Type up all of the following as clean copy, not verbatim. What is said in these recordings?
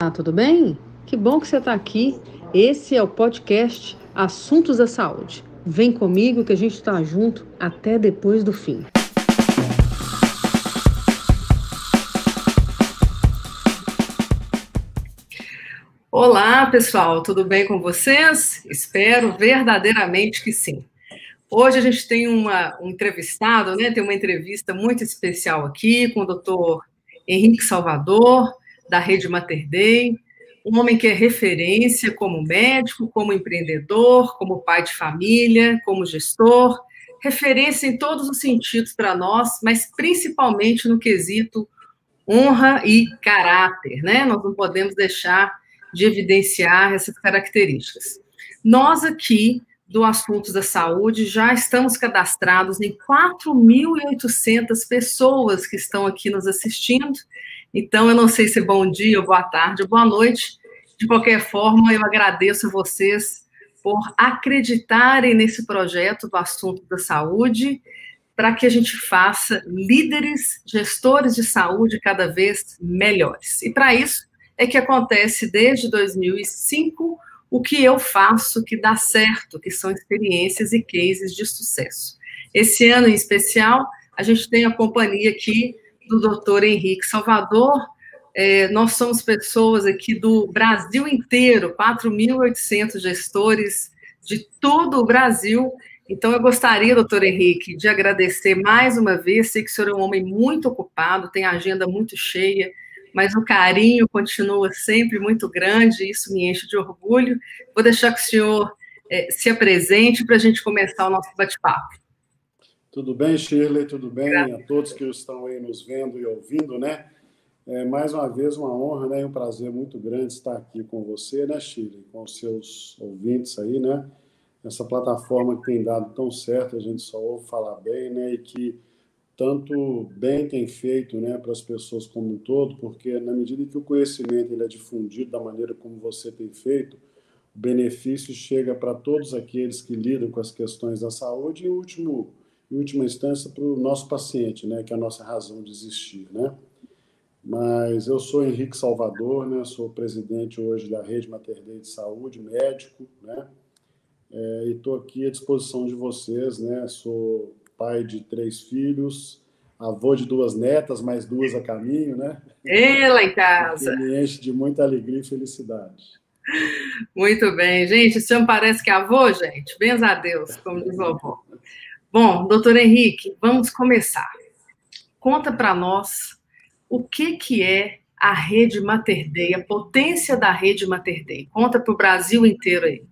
Tudo bem? Que bom que você está aqui. Esse é o podcast Assuntos da Saúde. Vem comigo que a gente está junto até depois do fim. Olá, pessoal, tudo bem com vocês? Espero verdadeiramente que sim. Hoje a gente tem um entrevistado, né? Tem uma entrevista muito especial aqui com o doutor Henrique Salvador, da Rede Mater Dei, um homem que é referência como médico, como empreendedor, como pai de família, como gestor, referência em todos os sentidos para nós, mas principalmente no quesito honra e caráter, né? Nós não podemos deixar de evidenciar essas características. Nós aqui do Assuntos da Saúde já estamos cadastrados em 4.800 pessoas que estão aqui nos assistindo. Então, eu não sei se é bom dia, boa tarde ou boa noite. De qualquer forma, eu agradeço a vocês por acreditarem nesse projeto do Assunto da Saúde, para que a gente faça líderes, gestores de saúde cada vez melhores. E para isso é que acontece desde 2005 o que eu faço que dá certo, que são experiências e cases de sucesso. Esse ano em especial, a gente tem a companhia aqui do Dr. Henrique Salvador. Nós somos pessoas aqui do Brasil inteiro, 4.800 gestores de todo o Brasil. Então, eu gostaria, doutor Henrique, de agradecer mais uma vez. Sei que o senhor é um homem muito ocupado, tem a agenda muito cheia, mas o carinho continua sempre muito grande, e isso me enche de orgulho. Vou deixar que o senhor se apresente para a gente começar o nosso bate-papo. Tudo bem, Shirley? Tudo bem? A todos que estão aí nos vendo e ouvindo, né? Mais uma vez, uma honra, né? E um prazer muito grande estar aqui com você, né, Shirley? Com os seus ouvintes aí, né? Essa plataforma que tem dado tão certo, a gente só ouve falar bem, né? E que tanto bem tem feito, né, para as pessoas como um todo, porque na medida que o conhecimento ele é difundido da maneira como você tem feito, o benefício chega para todos aqueles que lidam com as questões da saúde e, em última instância, para o nosso paciente, né, que é a nossa razão de existir, né? Mas eu sou Henrique Salvador, né, sou presidente hoje da Rede Mater Dei de Saúde, médico, né? E estou aqui à disposição de vocês, né? Sou pai de 3 filhos, avô de 2 netas, mais 2 a caminho, né? Lá em O que casa. me enche de muita alegria e felicidade. Muito bem, gente. O senhor parece que é avô, gente? Benza a Deus, como diz o avô. Bom, doutor Henrique, vamos começar. Conta para nós o que é a Rede Mater Dei, a potência da Rede Mater Dei. Conta para o Brasil inteiro aí.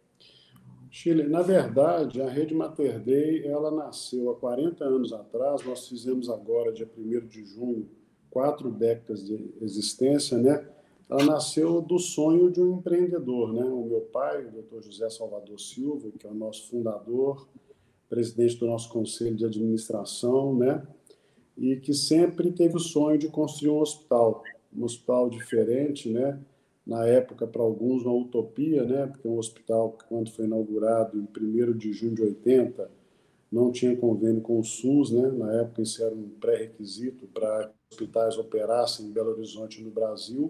Chile, na verdade, a Rede Mater Dei, ela nasceu há 40 anos atrás. Nós fizemos agora, dia 1º de junho, 4 décadas de existência, né? Ela nasceu do sonho de um empreendedor, né? O meu pai, o Dr. José Salvador Silva, que é o nosso fundador, presidente do nosso conselho de administração, né? E que sempre teve o sonho de construir um hospital diferente, né? Na época, para alguns, uma utopia, né? Porque um hospital, quando foi inaugurado em 1º de junho de 80, não tinha convênio com o SUS, né? Na época, isso era um pré-requisito para que hospitais operassem em Belo Horizonte, no Brasil.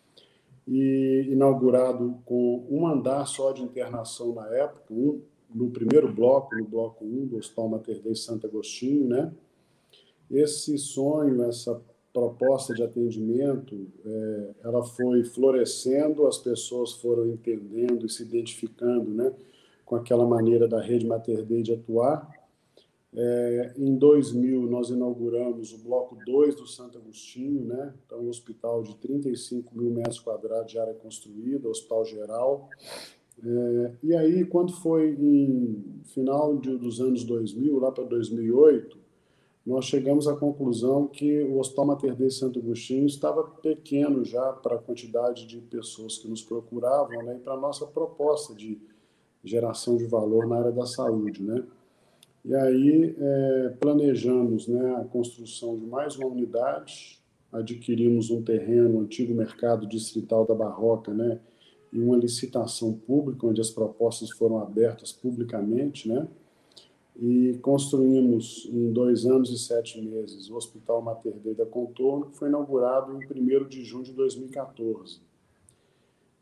E inaugurado com um andar só de internação na época, no primeiro bloco, no bloco 1 do Hospital Mater Dei Santo Agostinho, né? Esse sonho, essa proposta de atendimento, ela foi florescendo, as pessoas foram entendendo e se identificando, né, com aquela maneira da Rede Mater Dei de atuar. Em 2000, nós inauguramos o bloco 2 do Santo Agostinho, né? Então, um hospital de 35 mil metros quadrados de área construída, hospital geral. E aí, quando foi em final dos anos 2000, lá para 2008, nós chegamos à conclusão que o Hospital Mater Dei Santo Agostinho estava pequeno já para a quantidade de pessoas que nos procuravam, né, e para a nossa proposta de geração de valor na área da saúde, né? E aí planejamos, né, a construção de mais uma unidade, adquirimos um terreno, o antigo mercado distrital da Barroca, né, e uma licitação pública, onde as propostas foram abertas publicamente, né? E construímos em 2 anos e 7 meses o Hospital Mater Dei da Contorno, que foi inaugurado em 1º de junho de 2014.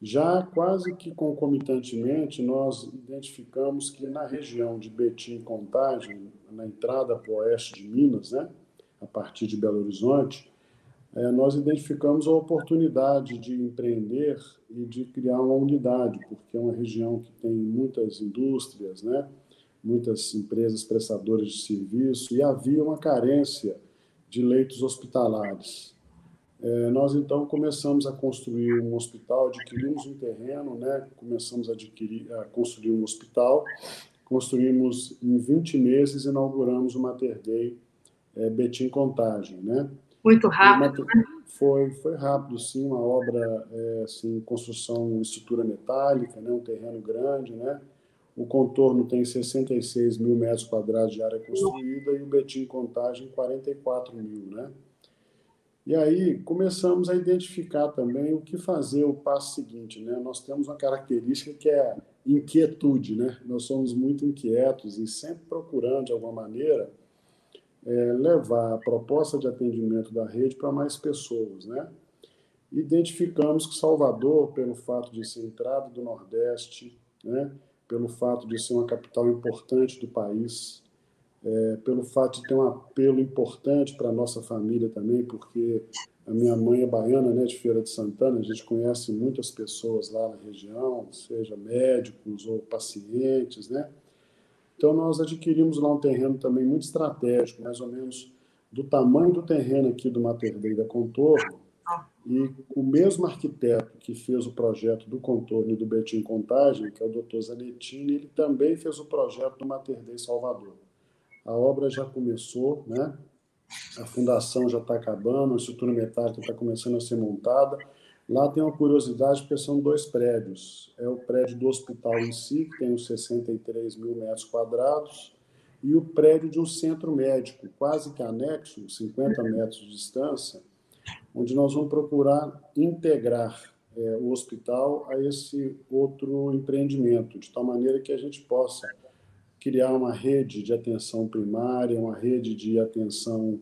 Já quase que concomitantemente, nós identificamos que na região de Betim e Contagem, na entrada para o oeste de Minas, né, a partir de Belo Horizonte, nós identificamos a oportunidade de empreender e de criar uma unidade, porque é uma região que tem muitas indústrias, né, muitas empresas prestadoras de serviço, e havia uma carência de leitos hospitalares. Nós, então, começamos a construir um hospital, adquirimos um terreno, né? Começamos a construir um hospital, construímos em 20 meses, inauguramos o Mater Dei Betim Contagem, né? Muito rápido, né? Foi rápido, sim, uma obra, assim, construção em estrutura metálica, né? Um terreno grande, né? O contorno tem 66 mil metros quadrados de área construída e o Betim Contagem 44 mil, né? E aí começamos a identificar também o que fazer, o passo seguinte, né? Nós temos uma característica que é a inquietude, né? Nós somos muito inquietos e sempre procurando, de alguma maneira, levar a proposta de atendimento da rede para mais pessoas, né? Identificamos que Salvador, pelo fato de ser entrada do Nordeste, né? Pelo fato de ser uma capital importante do país, pelo fato de ter um apelo importante para a nossa família também, porque a minha mãe é baiana, né, de Feira de Santana, a gente conhece muitas pessoas lá na região, seja médicos ou pacientes, né? Então, nós adquirimos lá um terreno também muito estratégico, mais ou menos do tamanho do terreno aqui do Mater Dei da Contorno, e o mesmo arquiteto que fez o projeto do Contorno e do Betim Contagem, que é o Dr. Zanettini, ele também fez o projeto do Mater Dei Salvador. A obra já começou, né? A fundação já está acabando, a estrutura metálica está começando a ser montada. Lá tem uma curiosidade, porque são 2 prédios. É o prédio do hospital em si, que tem uns 63 mil metros quadrados, e o prédio de um centro médico, quase que anexo, 50 metros de distância, onde nós vamos procurar integrar o hospital a esse outro empreendimento, de tal maneira que a gente possa criar uma rede de atenção primária, uma rede de atenção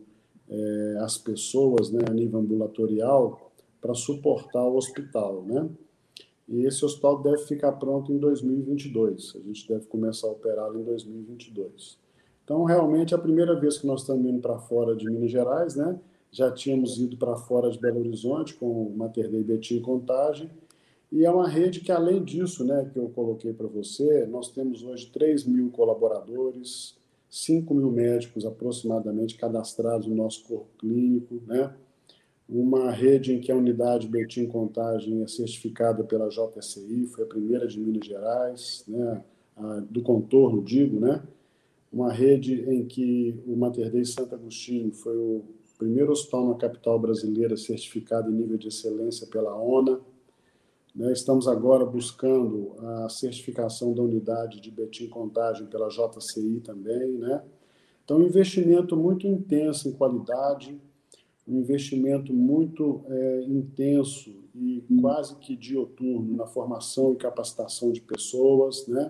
às pessoas, né, a nível ambulatorial, para suportar o hospital, né? E esse hospital deve ficar pronto em 2022. A gente deve começar a operá-lo em 2022. Então, realmente, é a primeira vez que nós estamos indo para fora de Minas Gerais, né? Já tínhamos ido para fora de Belo Horizonte com o Mater Dei Betim Contagem. E é uma rede que, além disso, né, que eu coloquei para você, nós temos hoje 3 mil colaboradores, 5 mil médicos aproximadamente cadastrados no nosso corpo clínico, né? Uma rede em que a unidade Betim Contagem é certificada pela JCI, foi a primeira de Minas Gerais, né? Do Contorno, digo, né? Uma rede em que o Mater Dei Santo Agostinho foi o primeiro hospital na capital brasileira certificado em nível de excelência pela ONA. Estamos agora buscando a certificação da unidade de Betim Contagem pela JCI também, né? Então, um investimento muito intenso em qualidade, um investimento muito intenso e quase que dioturno na formação e capacitação de pessoas, né?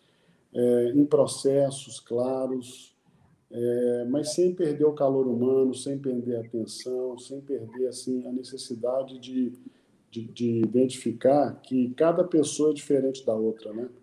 Em processos claros, mas sem perder o calor humano, sem perder a atenção, sem perder assim, a necessidade de identificar que cada pessoa é diferente da outra, né?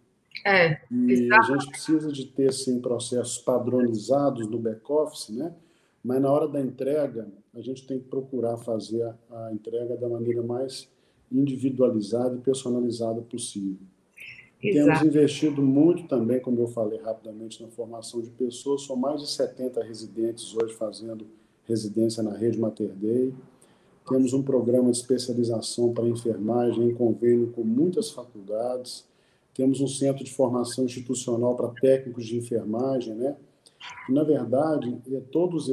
E a gente precisa de ter, sim, processos padronizados no back-office, né? Mas na hora da entrega, a gente tem que procurar fazer a entrega da maneira mais individualizada e personalizada possível. Temos investido muito também, como eu falei rapidamente, na formação de pessoas. São mais de 70 residentes hoje fazendo residência na rede Mater Dei. Temos um programa de especialização para enfermagem em convênio com muitas faculdades. Temos um centro de formação institucional para técnicos de enfermagem, né? E, na verdade, todas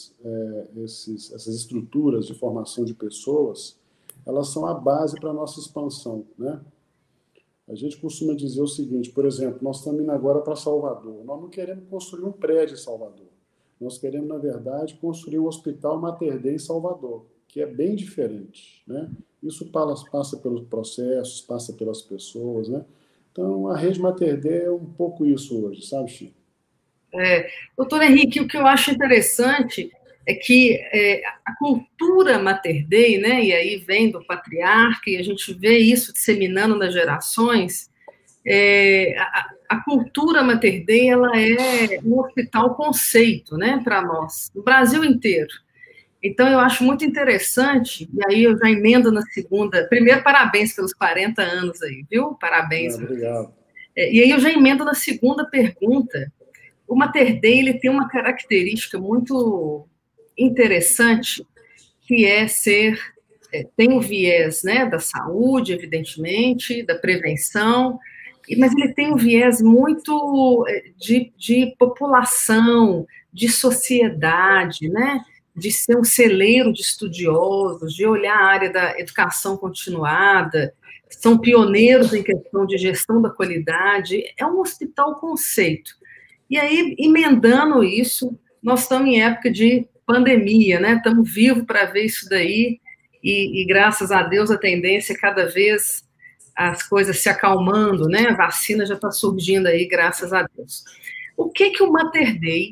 essas estruturas de formação de pessoas, elas são a base para a nossa expansão, né? A gente costuma dizer o seguinte, por exemplo, nós estamos indo agora para Salvador. Nós não queremos construir um prédio em Salvador. Nós queremos, na verdade, construir um hospital Mater Dei em Salvador, que é bem diferente, né? Isso passa pelos processos, passa pelas pessoas, né? Então, a rede Mater Dei é um pouco isso hoje, sabe, Chico? Doutor Henrique, o que eu acho interessante é que a cultura Mater Dei, né, e aí vem do patriarca, e a gente vê isso disseminando nas gerações, a cultura Mater Dei, ela é um hospital conceito, né, para nós, no Brasil inteiro. Então, eu acho muito interessante, e aí eu já emendo na segunda. Primeiro, parabéns pelos 40 anos aí, viu? Parabéns. Obrigado. E aí eu já emendo na segunda pergunta. O Mater Dei, ele tem uma característica muito interessante, que é ser, tem o viés, né, da saúde, evidentemente, da prevenção, mas ele tem um viés muito de população, de sociedade, né, de ser um celeiro de estudiosos, de olhar a área da educação continuada, são pioneiros em questão de gestão da qualidade, é um hospital conceito. E aí, emendando isso, nós estamos em época de pandemia, né? Estamos vivos para ver isso daí, e graças a Deus a tendência é cada vez as coisas se acalmando, né? A vacina já está surgindo aí, graças a Deus. O que o Mater Dei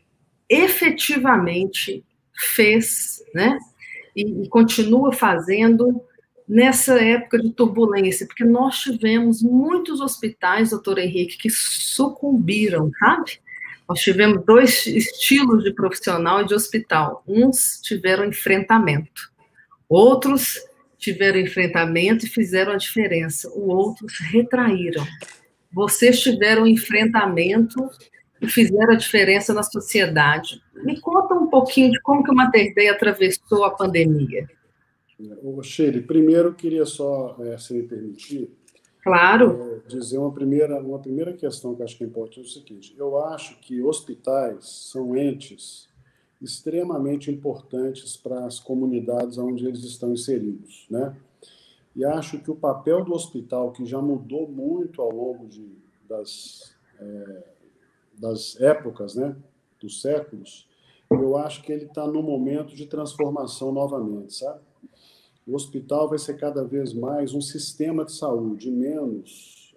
efetivamente fez, né? E continua fazendo nessa época de turbulência, porque nós tivemos muitos hospitais, doutor Henrique, que sucumbiram, sabe? Nós tivemos dois estilos de profissional e de hospital. Uns tiveram enfrentamento, outros tiveram enfrentamento e fizeram a diferença, os outros retraíram. Vocês tiveram enfrentamento e fizeram a diferença na sociedade. Me conta um pouquinho de como que o Mater Dei atravessou a pandemia. Sheila, primeiro eu queria só, se me permitir, claro, dizer uma primeira questão que eu acho que é importante, é o seguinte: eu acho que hospitais são entes extremamente importantes para as comunidades onde eles estão inseridos, né? E acho que o papel do hospital, que já mudou muito ao longo das épocas, né, dos séculos, eu acho que ele está no momento de transformação novamente, sabe? O hospital vai ser cada vez mais um sistema de saúde, menos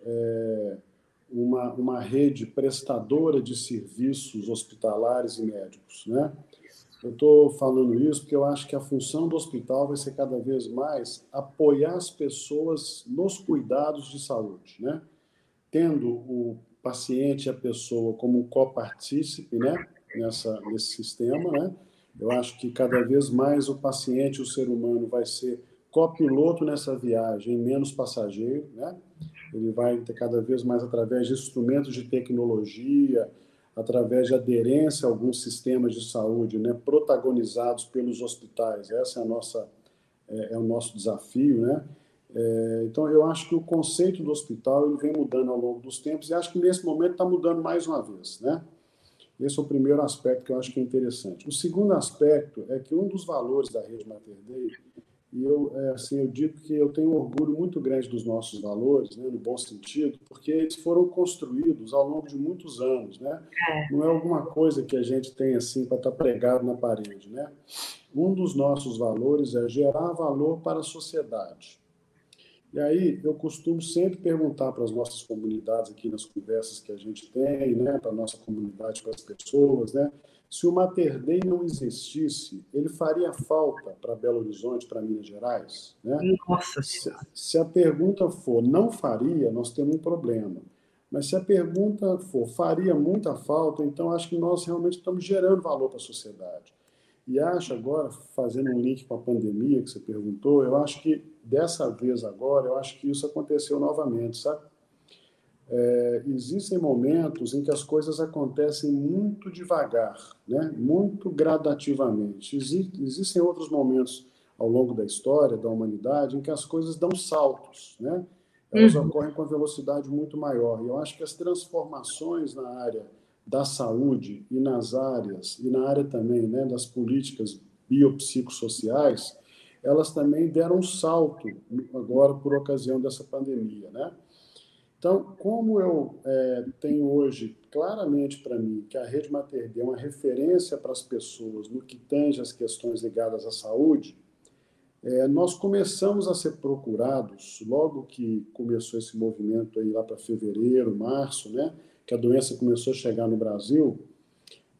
uma rede prestadora de serviços hospitalares e médicos, né? Eu estou falando isso porque eu acho que a função do hospital vai ser cada vez mais apoiar as pessoas nos cuidados de saúde, né? Tendo o paciente e a pessoa como um copartícipe, né? Nesse sistema, né? Eu acho que cada vez mais o paciente, o ser humano, vai ser copiloto nessa viagem, menos passageiro, né? Ele vai ter cada vez mais, através de instrumentos de tecnologia, através de aderência a alguns sistemas de saúde, né, protagonizados pelos hospitais. Essa é o nosso desafio, né? Então, eu acho que o conceito do hospital ele vem mudando ao longo dos tempos e acho que nesse momento está mudando mais uma vez, né? Esse é o primeiro aspecto que eu acho que é interessante. O segundo aspecto é que um dos valores da Rede Mater Dei, e eu digo que eu tenho um orgulho muito grande dos nossos valores, né, no bom sentido, porque eles foram construídos ao longo de muitos anos, né? Não é alguma coisa que a gente tem assim para estar pregado na parede, né? Um dos nossos valores é gerar valor para a sociedade. E aí eu costumo sempre perguntar para as nossas comunidades aqui nas conversas que a gente tem, né, para a nossa comunidade, para as pessoas, né, se o Mater Dei não existisse, ele faria falta para Belo Horizonte, para Minas Gerais? Né? Nossa Senhora. Se a pergunta for não faria, nós temos um problema. Mas se a pergunta for faria muita falta, então acho que nós realmente estamos gerando valor para a sociedade. E acho agora, fazendo um link com a pandemia que você perguntou, eu acho que dessa vez agora, eu acho que isso aconteceu novamente, sabe? Existem momentos em que as coisas acontecem muito devagar, né? Muito gradativamente. Existem outros momentos ao longo da história, da humanidade, em que as coisas dão saltos, né? Elas ocorrem com velocidade muito maior. E eu acho que as transformações na área da saúde e nas áreas, e na área também, né, das políticas biopsicossociais, elas também deram um salto agora por ocasião dessa pandemia, né? Então, como eu tenho hoje claramente para mim que a Rede Mater Dei é uma referência para as pessoas no que tange as questões ligadas à saúde, nós começamos a ser procurados, logo que começou esse movimento aí lá para fevereiro, março, né, que a doença começou a chegar no Brasil,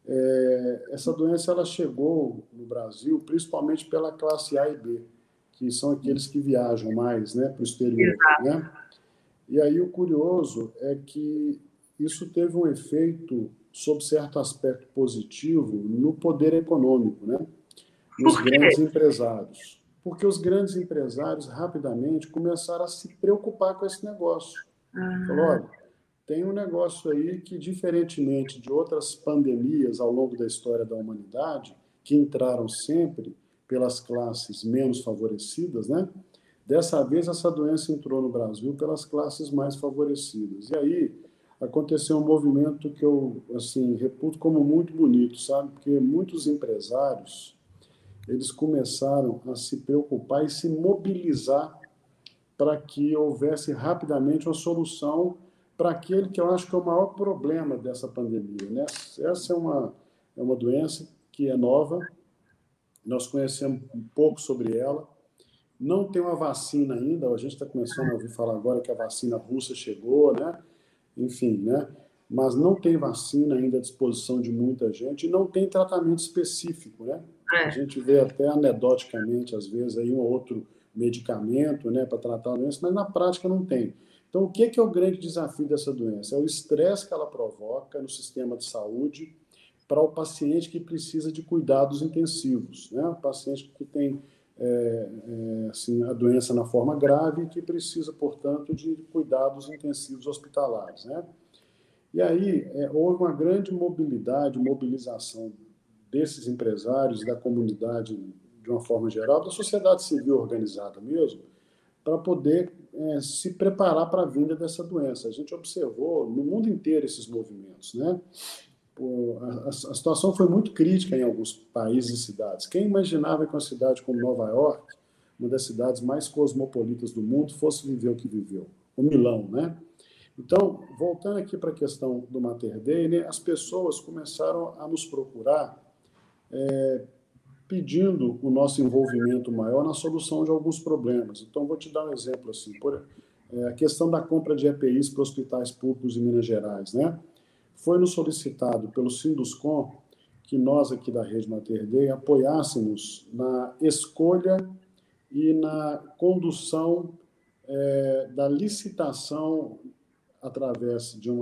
essa doença ela chegou no Brasil principalmente pela classe A e B, que são aqueles que viajam mais, né, para o exterior, né? E aí o curioso é que isso teve um efeito, sob certo aspecto positivo, no poder econômico, né? Nos grandes empresários. Porque os grandes empresários rapidamente começaram a se preocupar com esse negócio. Falou, olha, tem um negócio aí que, diferentemente de outras pandemias ao longo da história da humanidade, que entraram sempre pelas classes menos favorecidas, né? Dessa vez, essa doença entrou no Brasil pelas classes mais favorecidas. E aí aconteceu um movimento que eu, assim, reputo como muito bonito, sabe? Porque muitos empresários, eles começaram a se preocupar e se mobilizar para que houvesse rapidamente uma solução para aquele que eu acho que é o maior problema dessa pandemia, né? Essa é uma doença que é nova, nós conhecemos um pouco sobre ela, não tem uma vacina ainda, a gente está começando a ouvir falar agora que a vacina russa chegou, né? Enfim, né? Mas não tem vacina ainda à disposição de muita gente e não tem tratamento específico, né? A gente vê até anedoticamente, às vezes, aí um ou outro medicamento, né, para tratar a doença, mas na prática não tem. Então, o que é o grande desafio dessa doença? É o estresse que ela provoca no sistema de saúde para o paciente que precisa de cuidados intensivos, né? O paciente que tem assim, a doença na forma grave e que precisa, portanto, de cuidados intensivos hospitalares, né? E aí houve uma grande mobilização desses empresários, da comunidade de uma forma geral, da sociedade civil organizada mesmo, para poder se preparar para a vinda dessa doença. A gente observou no mundo inteiro esses movimentos, né? A situação foi muito crítica em alguns países e cidades. Quem imaginava que uma cidade como Nova York, uma das cidades mais cosmopolitas do mundo, fosse viver o que viveu? O Milão, né? Então, voltando aqui para a questão do Mater Dei, né, as pessoas começaram a nos procurar pedindo o nosso envolvimento maior na solução de alguns problemas. Então, vou te dar um exemplo assim, a questão da compra de EPIs para hospitais públicos em Minas Gerais, né? Foi nos solicitado pelo Sinduscom que nós aqui da Rede Mater Dei apoiássemos na escolha e na condução da licitação através de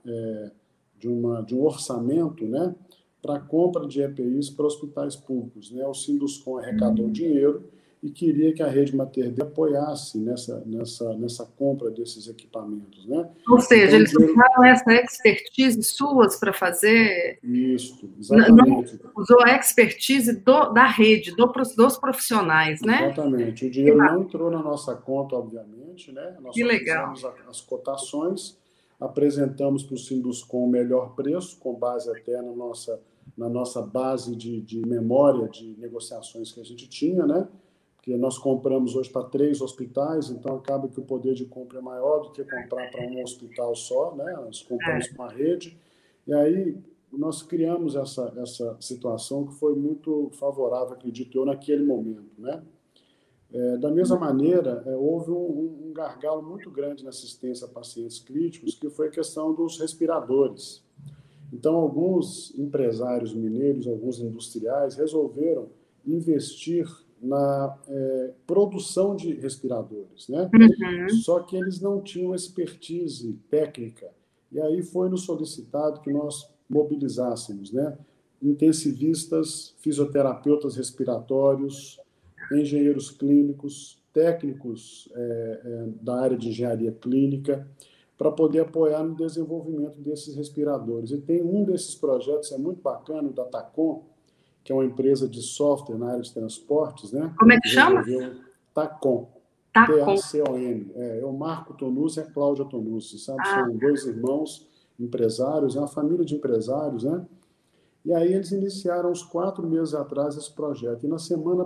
um orçamento, né, para a compra de EPIs para hospitais públicos, né? O Sinduscom arrecadou dinheiro e queria que a Rede Mater Dei apoiasse nessa compra desses equipamentos, né? Ou seja, então, eles usaram essa expertise suas para fazer... Isso, exatamente. Não usou a expertise da rede, dos profissionais, né? Exatamente. O dinheiro não entrou na nossa conta, obviamente, né? Nós que legal. Fizemos as cotações, apresentamos para o Sinduscom o melhor preço, com base até na nossa base de memória de negociações que a gente tinha, né? Porque nós compramos hoje para 3 hospitais, então acaba que o poder de compra é maior do que comprar para um hospital só, né? Nós compramos com a rede. E aí nós criamos essa situação que foi muito favorável, acredito eu, naquele momento, né? Da mesma maneira, houve um gargalo muito grande na assistência a pacientes críticos, que foi a questão dos respiradores. Então, alguns empresários mineiros, alguns industriais, resolveram investir na produção de respiradores, né? Uhum. Só que eles não tinham expertise técnica. E aí foi nos solicitado que nós mobilizássemos, né? Intensivistas, fisioterapeutas respiratórios, engenheiros clínicos, técnicos da área de engenharia clínica, para poder apoiar no desenvolvimento desses respiradores. E tem um desses projetos, é muito bacana, o da Tacom, que é uma empresa de software na área de transportes, né? Como é que chama? Tacom. Tacom. T-A-C-O-M. É o Marco Tonucci e a Cláudia Tonucci, sabe? São 2 irmãos empresários, é uma família de empresários, né? E aí eles iniciaram uns 4 meses atrás esse projeto. E na semana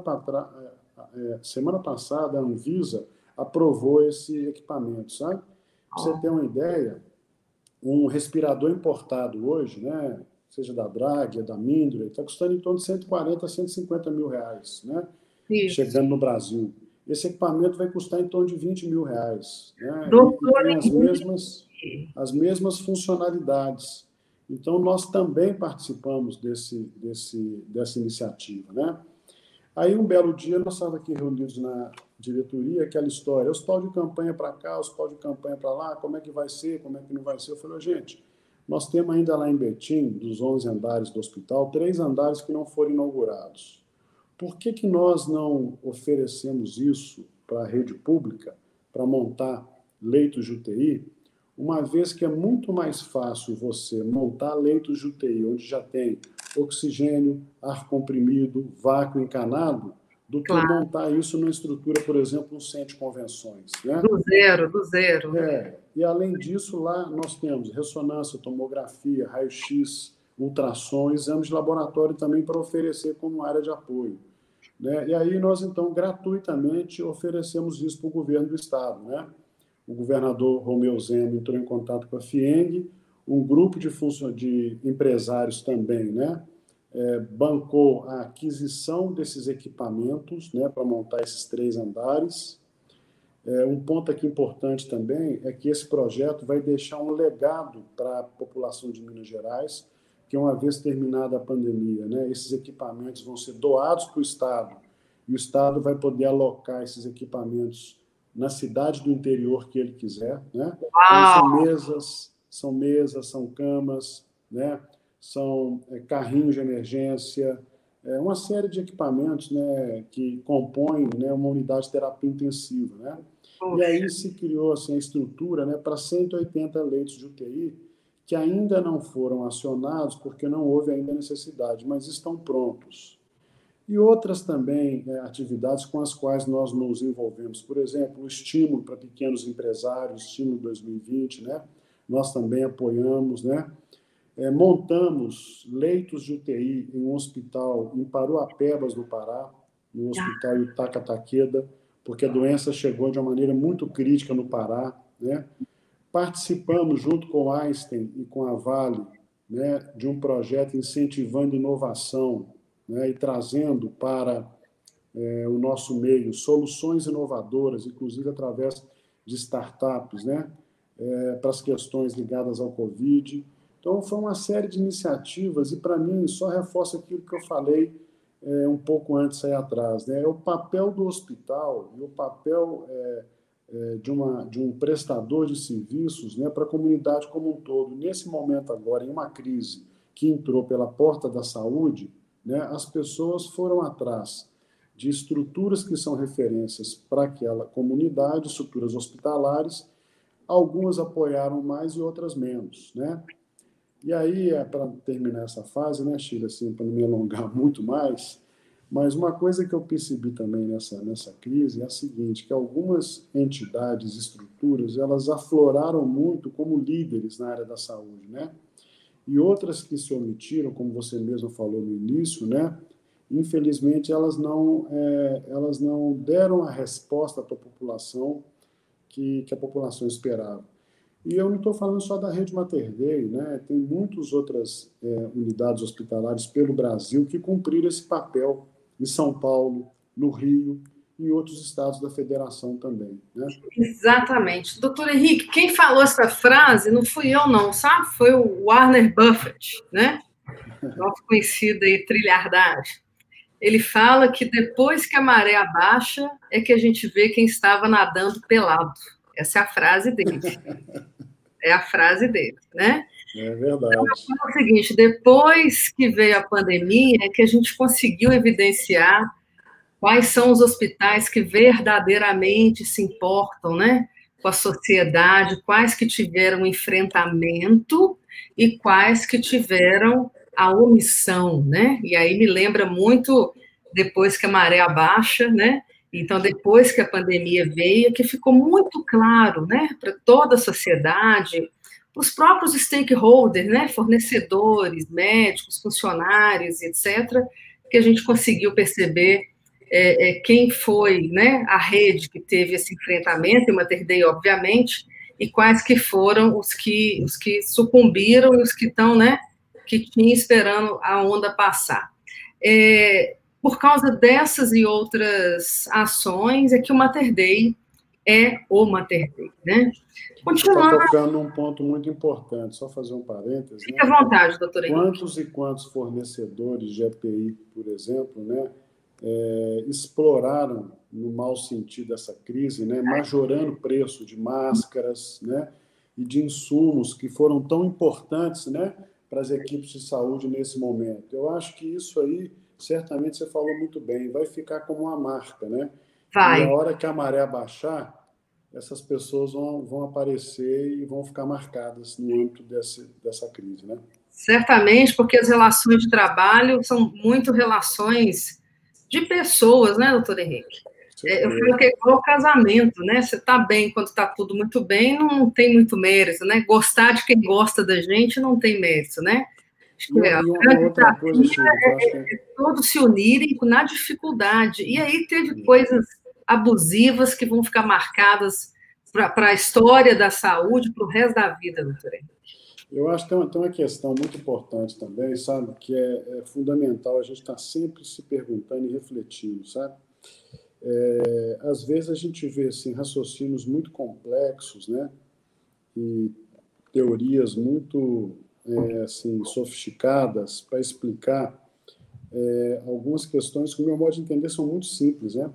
passada, a Anvisa aprovou esse equipamento, sabe? Para você ter uma ideia, um respirador importado hoje, né? Seja da Bragg, da Mindray, está custando em torno de 140 a 150 mil reais, né? Isso. Chegando no Brasil. Esse equipamento vai custar em torno de 20 mil reais, né? Doutor, e tem as mesmas funcionalidades. Então, nós também participamos dessa iniciativa, né? Aí, um belo dia, nós estávamos aqui reunidos na diretoria, aquela história, hospital de campanha para cá, hospital de campanha para lá, como é que vai ser, como é que não vai ser? Eu falei, gente, nós temos ainda lá em Betim, dos 11 andares do hospital, 3 andares que não foram inaugurados. Por que nós não oferecemos isso para a rede pública, para montar leitos de UTI, uma vez que é muito mais fácil você montar leitos de UTI, onde já tem oxigênio, ar comprimido, vácuo encanado, do que montar isso numa estrutura, por exemplo, um centro de convenções. Né? Do zero. E além disso, lá nós temos ressonância, tomografia, raio-x, ultrassom, exames de laboratório também para oferecer como área de apoio. Né? E aí nós, então, gratuitamente oferecemos isso para o governo do Estado. Né? O governador Romeu Zema entrou em contato com a FIENG, um grupo de empresários também, né? Bancou a aquisição desses equipamentos, né, para montar esses 3 andares. Um ponto aqui importante também é que esse projeto vai deixar um legado para a população de Minas Gerais, que uma vez terminada a pandemia, né, esses equipamentos vão ser doados para o Estado, e o Estado vai poder alocar esses equipamentos na cidade do interior que ele quiser. Né? Então, são mesas, são camas, né? São carrinhos de emergência, uma série de equipamentos, né, que compõem, né, uma unidade de terapia intensiva. Né? E aí se criou assim, a estrutura, né, para 180 leitos de UTI, que ainda não foram acionados porque não houve ainda necessidade, mas estão prontos. E outras também atividades com as quais nós nos envolvemos. Por exemplo, o estímulo para pequenos empresários, estímulo 2020, né? Nós também apoiamos, né? Montamos leitos de UTI em um hospital em Paruapebas, no Pará, no hospital Itaca Taqueda, porque a doença chegou de uma maneira muito crítica no Pará. Né? Participamos, junto com a Einstein e com a Vale, né, de um projeto incentivando inovação, né, e trazendo para o nosso meio soluções inovadoras, inclusive através de startups, né, para as questões ligadas ao Covid. Então, foi uma série de iniciativas e, para mim, só reforça aquilo que eu falei um pouco antes aí atrás. Né? É o papel do hospital e o papel de um prestador de serviços, né, para a comunidade como um todo. Nesse momento agora, em uma crise que entrou pela porta da saúde, né, as pessoas foram atrás de estruturas que são referências para aquela comunidade, estruturas hospitalares. Algumas apoiaram mais e outras menos, né? E aí, para terminar essa fase, né, Sheila, assim, para não me alongar muito mais, mas uma coisa que eu percebi também nessa crise é a seguinte, que algumas entidades, estruturas, elas afloraram muito como líderes na área da saúde, né? E outras que se omitiram, como você mesmo falou no início, né? Infelizmente, elas não deram a resposta para a população que a população esperava. E eu não estou falando só da rede Mater Dei, né? Tem muitas outras unidades hospitalares pelo Brasil que cumpriram esse papel em São Paulo, no Rio e em outros estados da federação também. Né? Exatamente. Doutor Henrique, quem falou essa frase não fui eu, não, sabe? Foi o Warren Buffett, né? Nosso conhecido aí, trilhardagem. Ele fala que depois que a maré abaixa é que a gente vê quem estava nadando pelado. Essa é a frase dele. É a frase dele, né? É verdade. Então, é o seguinte, depois que veio a pandemia, é que a gente conseguiu evidenciar quais são os hospitais que verdadeiramente se importam, né, com a sociedade, quais que tiveram enfrentamento e quais que tiveram a omissão, né? E aí me lembra muito depois que a maré abaixa, né? Então, depois que a pandemia veio, que ficou muito claro, né, para toda a sociedade, os próprios stakeholders, né, fornecedores, médicos, funcionários, etc., que a gente conseguiu perceber quem foi, né, a rede que teve esse enfrentamento, e o Mater Dei, obviamente, e quais que foram os que sucumbiram e os que estão, né, que tinham esperando a onda passar. Por causa dessas e outras ações é que o Mater Dei é o Mater Dei, né? Continuando. Está tocando num ponto muito importante, só fazer um parênteses. Fique à vontade, doutor Henrique. Quantos e quantos fornecedores de EPI, por exemplo, né, exploraram, no mau sentido, essa crise, né, majorando o preço de máscaras, né, e de insumos que foram tão importantes, né, para as equipes de saúde nesse momento. Eu acho que isso aí, certamente você falou muito bem, vai ficar como uma marca, né? Vai. E a hora que a maré baixar, essas pessoas vão aparecer e vão ficar marcadas no âmbito dessa crise, né? Certamente, porque as relações de trabalho são muito relações de pessoas, né, doutor Henrique? Eu falo que é igual casamento, né? Você está bem quando está tudo muito bem, não tem muito mérito, né? Gostar de quem gosta da gente não tem mérito, né? Acho que a grande desafio é todos se unirem na dificuldade. E aí teve coisas abusivas que vão ficar marcadas para a história da saúde, para o resto da vida, doutor Henrique. Eu acho que tem uma questão muito importante também, sabe? Que é fundamental a gente estar sempre se perguntando e refletindo, sabe? Às vezes a gente vê assim, raciocínios muito complexos, né? E teorias muito assim, sofisticadas para explicar algumas questões que, no meu modo de entender, são muito simples, né?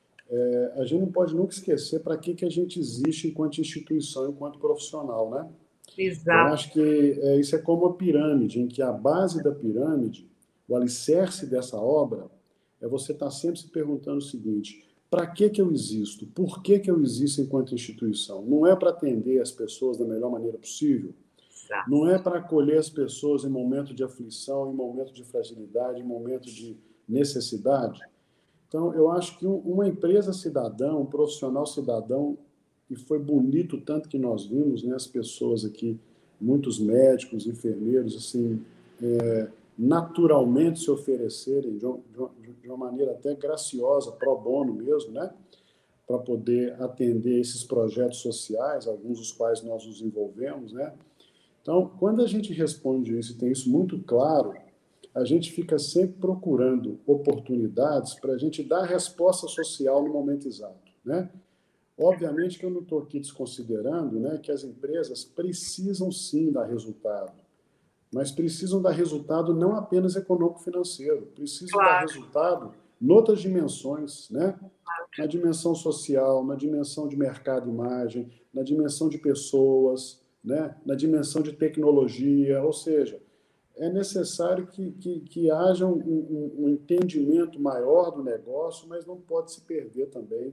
A gente não pode nunca esquecer para que a gente existe enquanto instituição, enquanto profissional, né? Exato. Eu acho que isso é como a pirâmide, em que a base da pirâmide, o alicerce dessa obra, é você estar sempre se perguntando o seguinte: para que eu existo? Por que eu existo enquanto instituição? Não é para atender as pessoas da melhor maneira possível? Exato. Não é para acolher as pessoas em momento de aflição, em momento de fragilidade, em momento de necessidade? Então, eu acho que uma empresa cidadã, um profissional cidadão, e foi bonito tanto que nós vimos, né, as pessoas aqui, muitos médicos, enfermeiros, assim, naturalmente se oferecerem de uma maneira até graciosa, pro bono mesmo, né, para poder atender esses projetos sociais, alguns dos quais nós nos envolvemos, né. Então, quando a gente responde isso e tem isso muito claro, a gente fica sempre procurando oportunidades para a gente dar resposta social no momento exato, né? Obviamente que eu não estou aqui desconsiderando, né, que as empresas precisam sim dar resultado, mas precisam dar resultado não apenas econômico-financeiro, precisam dar resultado em outras dimensões, né? Na dimensão social, na dimensão de mercado-imagem, na dimensão de pessoas, né? Na dimensão de tecnologia, ou seja, é necessário que haja um entendimento maior do negócio, mas não pode se perder também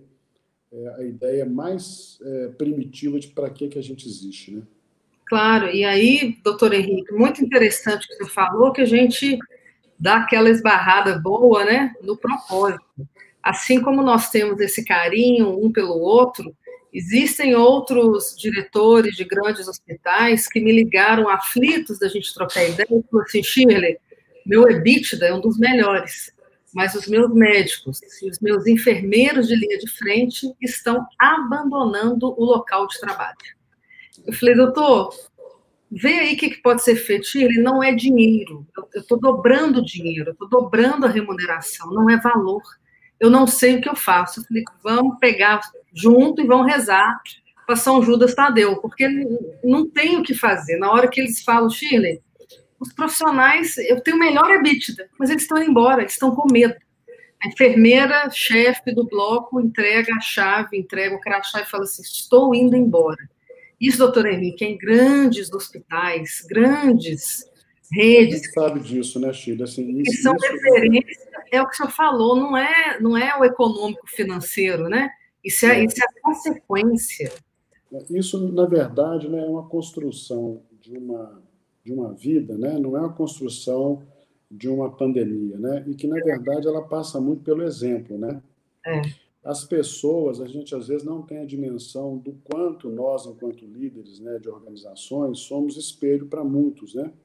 a ideia mais primitiva de para que a gente existe, né? Claro, e aí, doutor Henrique, muito interessante que você falou, que a gente dá aquela esbarrada boa, né, no propósito. Assim como nós temos esse carinho um pelo outro, existem outros diretores de grandes hospitais que me ligaram aflitos da gente trocar ideia e falaram assim: Shirley, meu EBITDA é um dos melhores, mas os meus médicos e os meus enfermeiros de linha de frente estão abandonando o local de trabalho. Eu falei: doutor, vê aí o que pode ser feito. Shirley, não é dinheiro, eu estou dobrando o dinheiro, eu estou dobrando a remuneração, não é valor. Eu não sei o que eu faço. Eu falei: vamos pegar junto e vamos rezar para São Judas Tadeu, porque não tem o que fazer. Na hora que eles falam: Shirley, os profissionais, eu tenho o melhor EBITDA, mas eles estão indo embora, eles estão com medo. A enfermeira, chefe do bloco, entrega a chave, entrega o crachá e fala assim: estou indo embora. Isso, doutor Henrique, é em grandes hospitais, grandes redes. A gente sabe disso, né, Chile? Assim, que são referência, é o que o senhor falou, não é o econômico financeiro, né? Isso é a consequência. Isso, na verdade, né, é uma construção de uma vida, né? Não é uma construção de uma pandemia, né? E que, na verdade, ela passa muito pelo exemplo, né? As pessoas, a gente às vezes não tem a dimensão do quanto nós, enquanto líderes, né, de organizações, somos espelho para muitos, né?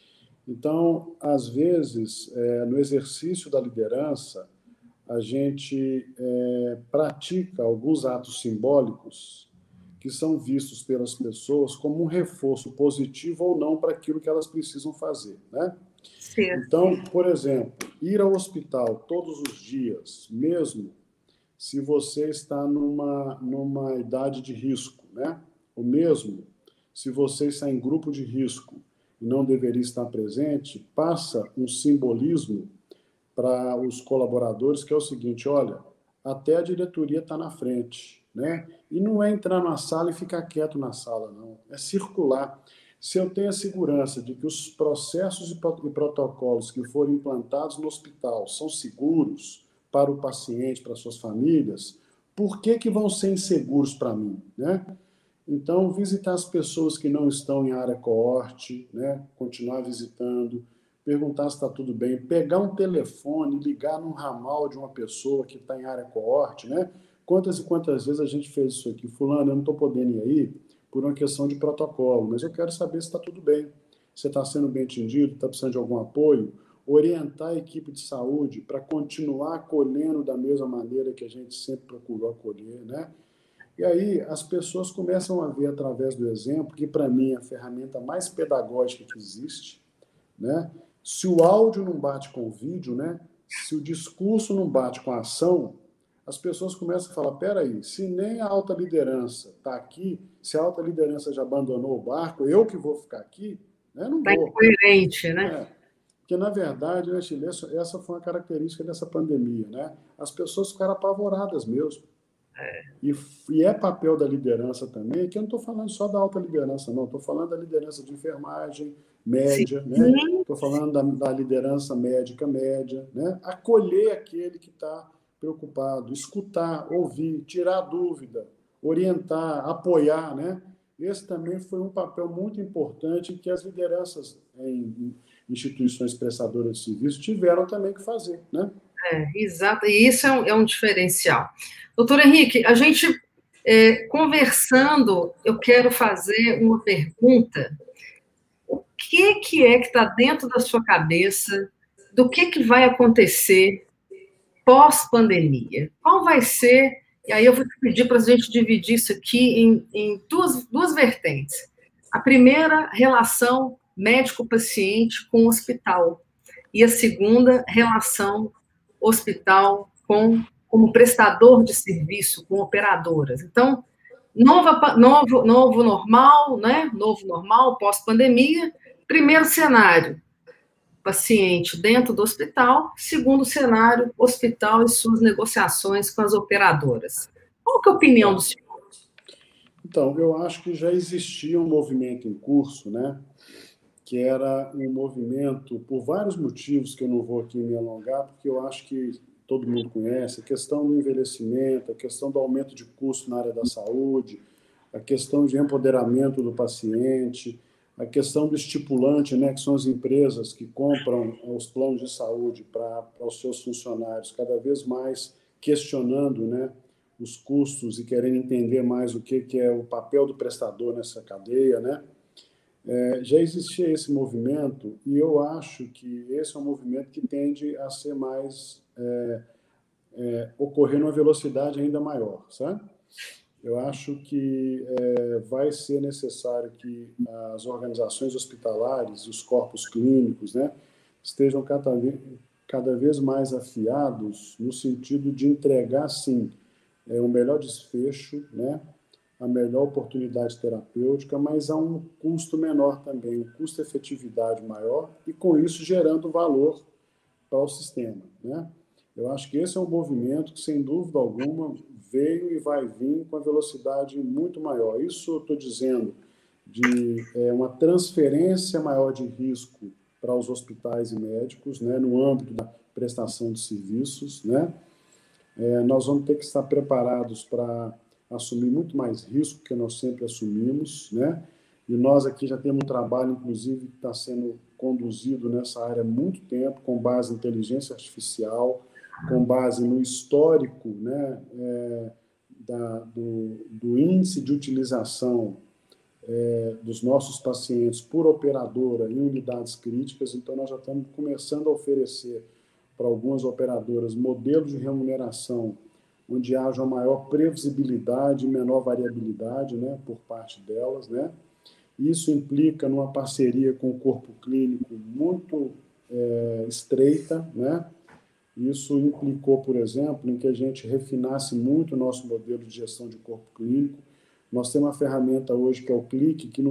Então, às vezes, no exercício da liderança, a gente pratica alguns atos simbólicos que são vistos pelas pessoas como um reforço positivo ou não para aquilo que elas precisam fazer, né? Certo. Então, por exemplo, ir ao hospital todos os dias, mesmo se você está numa idade de risco, né? O mesmo, se você está em grupo de risco e não deveria estar presente, passa um simbolismo para os colaboradores, que é o seguinte: olha, até a diretoria está na frente, né? E não é entrar na sala e ficar quieto na sala, não. É circular. Se eu tenho a segurança de que os processos e protocolos que foram implantados no hospital são seguros para o paciente, para suas famílias, por que vão ser inseguros para mim, né? Então, visitar as pessoas que não estão em área coorte, né? Continuar visitando, perguntar se está tudo bem, pegar um telefone, ligar num ramal de uma pessoa que está em área coorte, né? Quantas e quantas vezes a gente fez isso aqui? Fulano, eu não estou podendo ir aí por uma questão de protocolo, mas eu quero saber se está tudo bem. Você está sendo bem atendido, está precisando de algum apoio? Orientar a equipe de saúde para continuar acolhendo da mesma maneira que a gente sempre procurou acolher, né? E aí as pessoas começam a ver através do exemplo, que para mim é a ferramenta mais pedagógica que existe, né? Se o áudio não bate com o vídeo, né? Se o discurso não bate com a ação, as pessoas começam a falar: peraí, se nem a alta liderança está aqui, se a alta liderança já abandonou o barco, eu que vou ficar aqui, né? Não Está vou. incoerente, né? Porque, na verdade, né, Chile, essa foi uma característica dessa pandemia, né? As pessoas ficaram apavoradas mesmo. E é papel da liderança também, que eu não estou falando só da alta liderança, não. Estou falando da liderança de enfermagem média, Sim. né? Estou falando da liderança médica média, né? Acolher aquele que está preocupado, escutar, ouvir, tirar dúvida, orientar, apoiar, né? Esse também foi um papel muito importante que as lideranças em instituições prestadoras de serviço tiveram também que fazer, né? Exato, e isso é um diferencial. Doutor Henrique, a gente conversando, eu quero fazer uma pergunta. O que é que está dentro da sua cabeça do que vai acontecer pós-pandemia? Qual vai ser? E aí eu vou te pedir para a gente dividir isso aqui em duas vertentes. A primeira, relação médico-paciente com o hospital. E a segunda, relação hospital como prestador de serviço, com operadoras. Então, novo normal, né? Novo normal, pós-pandemia. Primeiro cenário, paciente dentro do hospital. Segundo cenário, hospital e suas negociações com as operadoras. Qual que é a opinião do senhor? Então, eu acho que já existia um movimento em curso, né? Que era um movimento, por vários motivos que eu não vou aqui me alongar, porque eu acho que todo mundo conhece, a questão do envelhecimento, a questão do aumento de custo na área da saúde, a questão de empoderamento do paciente, a questão do estipulante, né, que são as empresas que compram os planos de saúde para os seus funcionários, cada vez mais questionando, né, os custos e querendo entender mais o que é o papel do prestador nessa cadeia, né? Já existia esse movimento e eu acho que esse é um movimento que tende a ser mais ocorrer numa velocidade ainda maior, sabe? Eu acho que vai ser necessário que as organizações hospitalares, os corpos clínicos, né, estejam cada vez mais afiados no sentido de entregar, sim, o melhor desfecho, né, a melhor oportunidade terapêutica, mas a um custo menor também, um custo-efetividade maior, e com isso gerando valor para o sistema, né? Eu acho que esse é um movimento que, sem dúvida alguma, veio e vai vir com a velocidade muito maior. Isso eu estou dizendo de uma transferência maior de risco para os hospitais e médicos, né, no âmbito da prestação de serviços, né? Nós vamos ter que estar preparados para assumir muito mais risco que nós sempre assumimos, né? E nós aqui já temos um trabalho, inclusive, que está sendo conduzido nessa área há muito tempo, com base em inteligência artificial, com base no histórico, né, do índice de utilização dos nossos pacientes por operadora em unidades críticas. Então, nós já estamos começando a oferecer para algumas operadoras modelos de remuneração onde haja uma maior previsibilidade e menor variabilidade, né, por parte delas, né? Isso implica numa parceria com o corpo clínico muito estreita, né? Isso implicou, por exemplo, em que a gente refinasse muito o nosso modelo de gestão de corpo clínico. Nós temos uma ferramenta hoje que é o Clique, que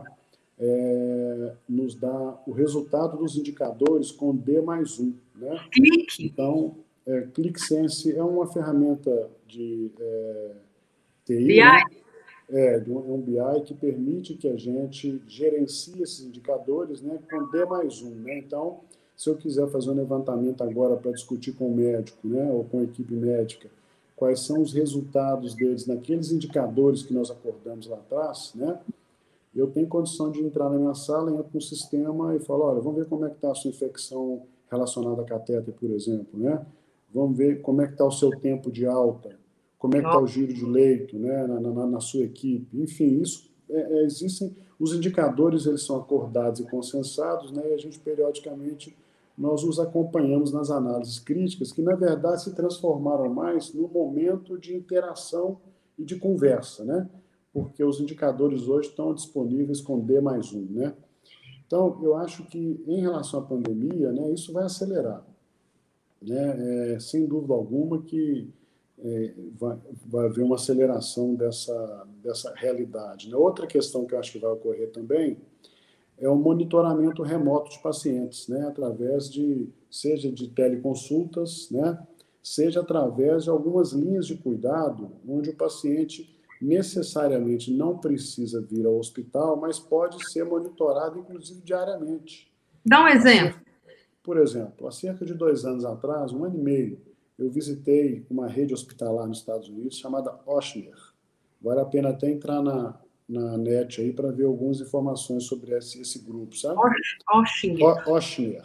nos dá o resultado dos indicadores com D+1, né? Clique. Então, ClickSense é uma ferramenta de TI, BI. né? É um BI que permite que a gente gerencie esses indicadores, né, com D+1, né? Então, se eu quiser fazer um levantamento agora para discutir com o médico, né, ou com a equipe médica, quais são os resultados deles naqueles indicadores que nós acordamos lá atrás, né? Eu tenho condição de entrar na minha sala, entro no sistema e falo, olha, vamos ver como é que está a sua infecção relacionada a catéter, por exemplo, né? Vamos ver como é que está o seu tempo de alta, como é que está o giro de leito, né, na sua equipe. Enfim, existem os indicadores, eles são acordados e consensados, né, e a gente periodicamente nós os acompanhamos nas análises críticas, que na verdade se transformaram mais no momento de interação e de conversa, né? Porque os indicadores hoje estão disponíveis com D+1, né? Então, eu acho que, em relação à pandemia, né, isso vai acelerar, né? Sem dúvida alguma que vai haver uma aceleração dessa realidade, né? Outra questão que eu acho que vai ocorrer também é o monitoramento remoto de pacientes, né? Seja de teleconsultas, né? Seja através de algumas linhas de cuidado, onde o paciente necessariamente não precisa vir ao hospital, mas pode ser monitorado, inclusive, diariamente. Dá um exemplo. Por exemplo, há cerca de 2 anos atrás, 1 ano e meio, eu visitei uma rede hospitalar nos Estados Unidos chamada Ochsner. Vale a pena até entrar na net aí para ver algumas informações sobre esse grupo, sabe? Ochsner.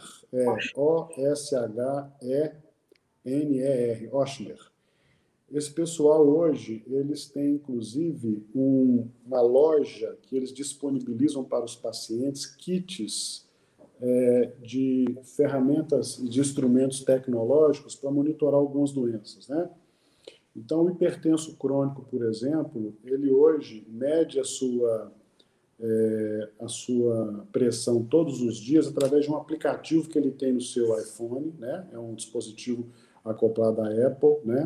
O-S-H-E-N-E-R. Ochsner. Esse pessoal hoje, eles têm inclusive uma loja que eles disponibilizam para os pacientes kits de ferramentas e de instrumentos tecnológicos para monitorar algumas doenças, né? Então, o hipertenso crônico, por exemplo, ele hoje mede a sua pressão todos os dias através de um aplicativo que ele tem no seu iPhone, né? É um dispositivo acoplado à Apple, né?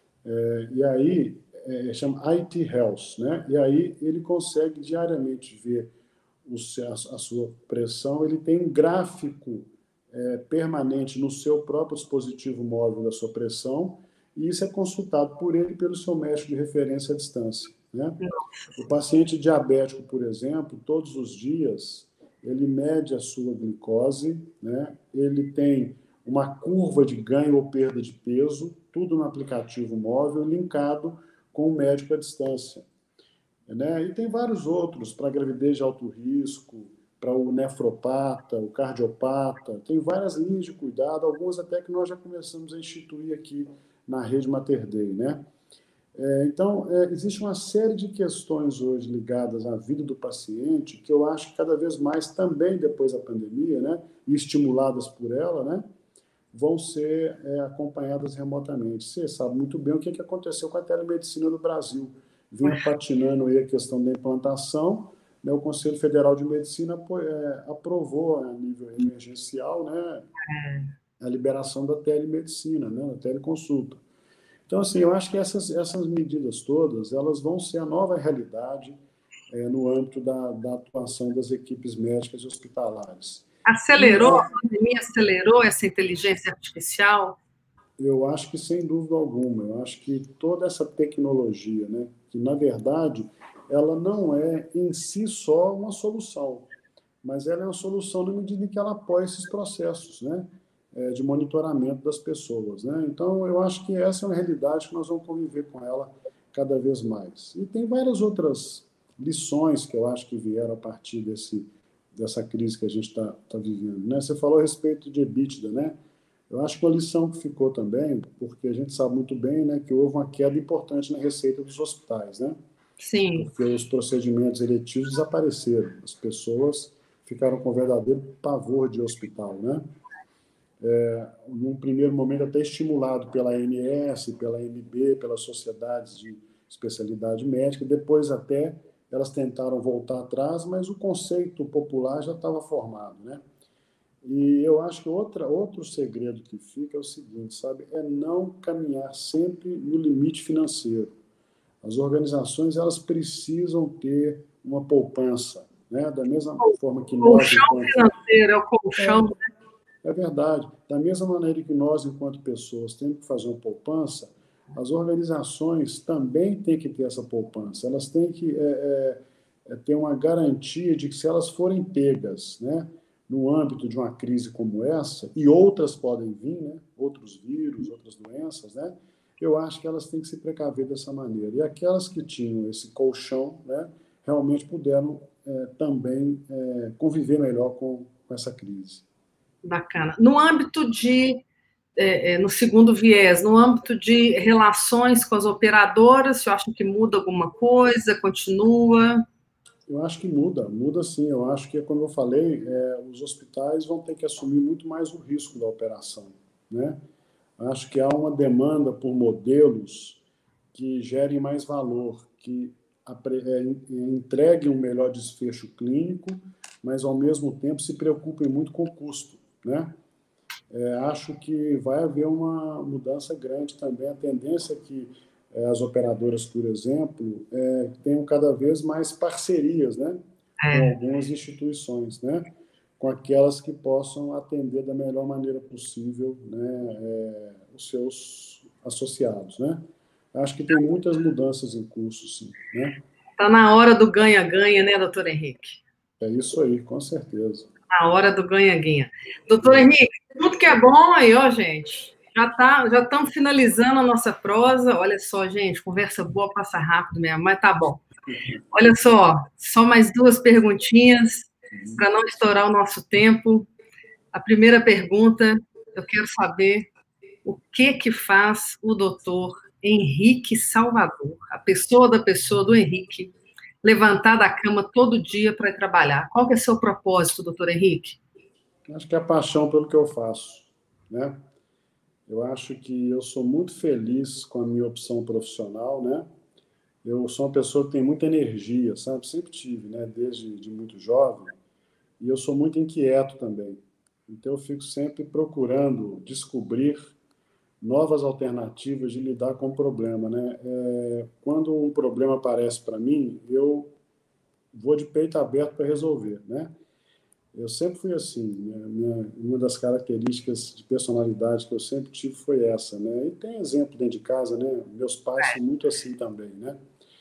E aí, chama IT Health, né? E aí ele consegue diariamente ver a sua pressão, ele tem um gráfico permanente no seu próprio dispositivo móvel da sua pressão, e isso é consultado por ele e pelo seu médico de referência à distância, né? O paciente diabético, por exemplo, todos os dias, ele mede a sua glicose, né? Ele tem uma curva de ganho ou perda de peso, tudo no aplicativo móvel, linkado com o médico à distância, né? E tem vários outros para gravidez de alto risco, para o nefropata, o cardiopata, tem várias linhas de cuidado, algumas até que nós já começamos a instituir aqui na rede Mater Dei, né? Então, existe uma série de questões hoje ligadas à vida do paciente que eu acho que cada vez mais, também depois da pandemia, né, e estimuladas por ela, né, vão ser acompanhadas remotamente. Você sabe muito bem o que aconteceu com a telemedicina no Brasil. Vinha patinando aí a questão da implantação, né, o Conselho Federal de Medicina aprovou a nível emergencial, né, a liberação da telemedicina, né, da teleconsulta. Então, assim, eu acho que essas medidas todas, elas vão ser a nova realidade no âmbito da atuação das equipes médicas e hospitalares. Acelerou, a pandemia acelerou essa inteligência artificial? Eu acho que, sem dúvida alguma, eu acho que toda essa tecnologia, né, que, na verdade, ela não é em si só uma solução, mas ela é uma solução na medida em que ela apoia esses processos, né, de monitoramento das pessoas, né? Então, eu acho que essa é uma realidade que nós vamos conviver com ela cada vez mais. E tem várias outras lições que eu acho que vieram a partir dessa crise que a gente está vivendo, né? Você falou a respeito de EBITDA, né? Eu acho que uma lição que ficou também, porque a gente sabe muito bem, né, que houve uma queda importante na receita dos hospitais, né? Sim. Porque os procedimentos eletivos desapareceram, as pessoas ficaram com verdadeiro pavor de hospital, né? Num primeiro momento até estimulado pela ANS, pela ANB, pelas sociedades de especialidade médica, depois até elas tentaram voltar atrás, mas o conceito popular já estava formado, né? E eu acho que outro segredo que fica é o seguinte, sabe? É não caminhar sempre no limite financeiro. As organizações, elas precisam ter uma poupança, né? Da mesma forma que nós, colchão financeiro, é o colchão. É verdade. Da mesma maneira que nós, enquanto pessoas, temos que fazer uma poupança, as organizações também têm que ter essa poupança. Elas têm que ter uma garantia de que, se elas forem pegas, né, no âmbito de uma crise como essa, e outras podem vir, né, outros vírus, outras doenças, né, eu acho que elas têm que se precaver dessa maneira. E aquelas que tinham esse colchão, né, realmente puderam também conviver melhor com essa crise. Bacana. No âmbito de, no segundo viés, no âmbito de relações com as operadoras, você acha que muda alguma coisa? Continua? Eu acho que muda sim. Eu acho que, como eu falei, os hospitais vão ter que assumir muito mais o risco da operação, né? Acho que há uma demanda por modelos que gerem mais valor, que entreguem um melhor desfecho clínico, mas, ao mesmo tempo, se preocupem muito com o custo, né? Acho que vai haver uma mudança grande também. A tendência é que as operadoras, por exemplo, tenham cada vez mais parcerias, né, com algumas instituições, né, com aquelas que possam atender da melhor maneira possível, né, os seus associados, né. Acho que tem muitas mudanças em curso, sim, né. Está na hora do ganha-ganha, né, doutor Henrique? É isso aí, com certeza. Na hora do ganha-ganha. Doutor Henrique, tudo que é bom aí, ó, gente. Já estamos finalizando a nossa prosa. Olha só, gente, conversa boa passa rápido mesmo, mas tá bom. Olha só mais duas perguntinhas para não estourar o nosso tempo. A primeira pergunta, eu quero saber o que faz o doutor Henrique Salvador, a pessoa da pessoa do Henrique, levantar da cama todo dia para ir trabalhar. Qual que é o seu propósito, doutor Henrique? Acho que é a paixão pelo que eu faço, né? Eu acho que eu sou muito feliz com a minha opção profissional, né? Eu sou uma pessoa que tem muita energia, sabe? Sempre tive, né? Desde muito jovem. E eu sou muito inquieto também. Então, eu fico sempre procurando descobrir novas alternativas de lidar com o problema, né? Quando um problema aparece para mim, eu vou de peito aberto para resolver, né? Eu sempre fui assim, uma das características de personalidade que eu sempre tive foi essa, né? E tem exemplo dentro de casa, né? Meus pais são muito assim também, né?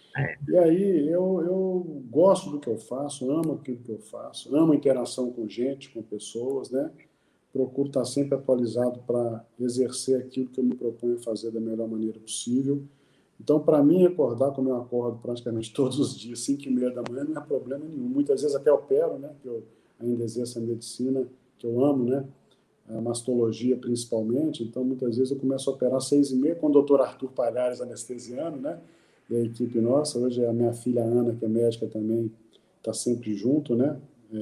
E aí eu gosto do que eu faço, amo aquilo que eu faço, amo a interação com gente, com pessoas, né? Procuro estar sempre atualizado para exercer aquilo que eu me proponho a fazer da melhor maneira possível. Então, para mim, acordar como eu acordo praticamente todos os dias, 5h30 da manhã, não é problema nenhum. Muitas vezes até opero, né? Que eu ainda exerço a medicina, que eu amo, né? A mastologia principalmente. Então, muitas vezes eu começo a operar às 6h30 com o doutor Arthur Palhares anestesiando, né? E a equipe nossa. Hoje é a minha filha Ana, que é médica também, está sempre junto, né?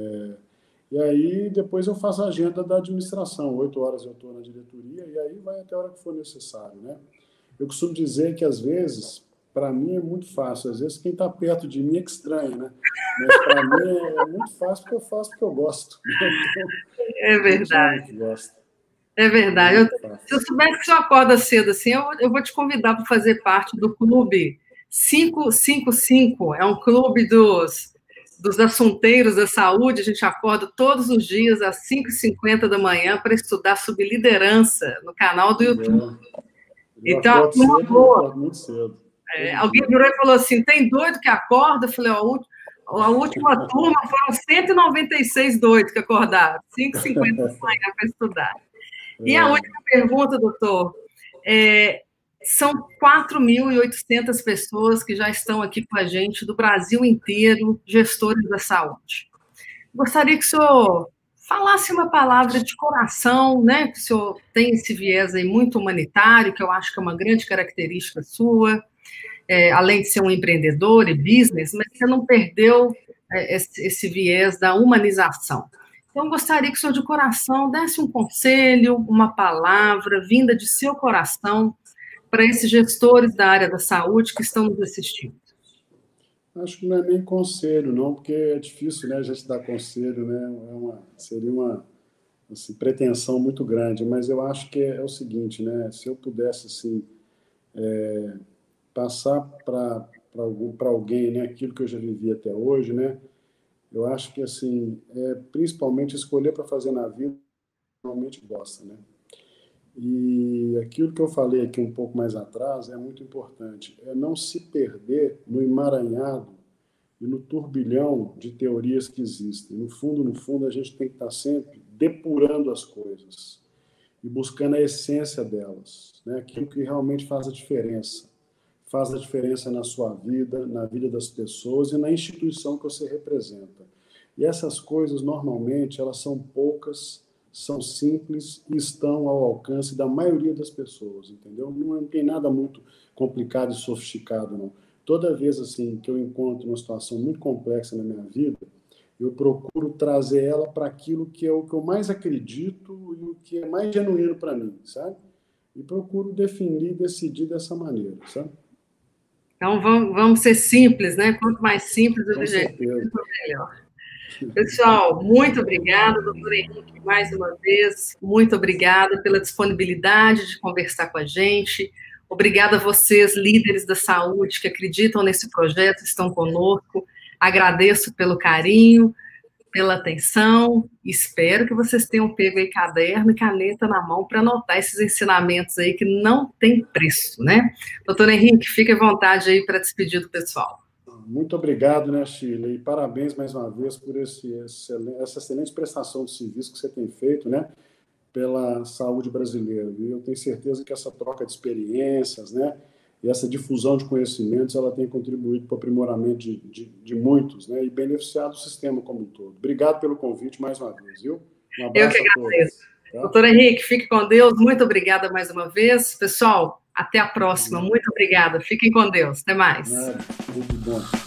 E aí, depois eu faço a agenda da administração. 8 horas eu estou na diretoria e aí vai até a hora que for necessário, né? Eu costumo dizer que, às vezes, para mim é muito fácil. Às vezes, quem está perto de mim é que estranha, né? Mas, para mim, é muito fácil porque eu faço porque eu gosto. Então, é verdade. Que gosta. É verdade. Se eu soubesse que você acorda cedo assim, eu vou te convidar para fazer parte do clube 555. É um clube dos assunteiros da saúde. A gente acorda todos os dias às 5h50 da manhã para estudar sobre liderança no canal do YouTube. Então, uma boa. Eu acordo muito cedo. Alguém virou e falou assim: tem doido que acorda? Eu falei: a última turma foram 196 doidos que acordaram, 5h50 da manhã para estudar. E a última pergunta, doutor, são 4.800 pessoas que já estão aqui com a gente, do Brasil inteiro, gestores da saúde. Gostaria que o senhor falasse uma palavra de coração, né? Que o senhor tem esse viés aí muito humanitário, que eu acho que é uma grande característica sua, além de ser um empreendedor e business, mas você não perdeu esse viés da humanização. Então, eu gostaria que o senhor, de coração, desse um conselho, uma palavra vinda de seu coração para esses gestores da área da saúde que estão nos assistindo. Acho que não é nem conselho, não, porque é difícil, né, a gente dar conselho, né? Seria uma assim, pretensão muito grande, mas eu acho que é o seguinte, né? Se eu pudesse, assim, passar para alguém, né, aquilo que eu já vivi até hoje, né? Eu acho que, assim, principalmente escolher para fazer na vida, realmente gosta, né? E aquilo que eu falei aqui um pouco mais atrás é muito importante, é não se perder no emaranhado e no turbilhão de teorias que existem. No fundo, a gente tem que estar sempre depurando as coisas e buscando a essência delas, né? Aquilo que realmente faz a diferença na sua vida, na vida das pessoas e na instituição que você representa. E essas coisas, normalmente, elas são poucas, são simples e estão ao alcance da maioria das pessoas, entendeu? Não tem nada muito complicado e sofisticado, não. Toda vez assim que eu encontro uma situação muito complexa na minha vida, eu procuro trazer ela para aquilo que é o que eu mais acredito e o que é mais genuíno para mim, sabe? E procuro definir e decidir dessa maneira, sabe? Então, vamos ser simples, né? Quanto mais simples, Com certeza. melhor. Pessoal, muito obrigada, doutor Henrique, mais uma vez, muito obrigada pela disponibilidade de conversar com a gente. Obrigada a vocês, líderes da saúde, que acreditam nesse projeto, estão conosco. Agradeço pelo carinho, pela atenção. Espero que vocês tenham pego aí caderno e caneta na mão para anotar esses ensinamentos aí que não tem preço, né? Doutor Henrique, fique à vontade aí para despedir do pessoal. Muito obrigado, né, Sheila? E parabéns mais uma vez por essa excelente prestação de serviço que você tem feito, né, pela saúde brasileira. E eu tenho certeza que essa troca de experiências, né, e essa difusão de conhecimentos, ela tem contribuído para o aprimoramento de muitos, né, e beneficiado o sistema como um todo. Obrigado pelo convite mais uma vez, viu? Um abraço. Eu que agradeço. Tá? Doutor Henrique, fique com Deus. Muito obrigada mais uma vez. Pessoal, até a próxima. Muito obrigada. Fiquem com Deus. Até mais. Muito bom.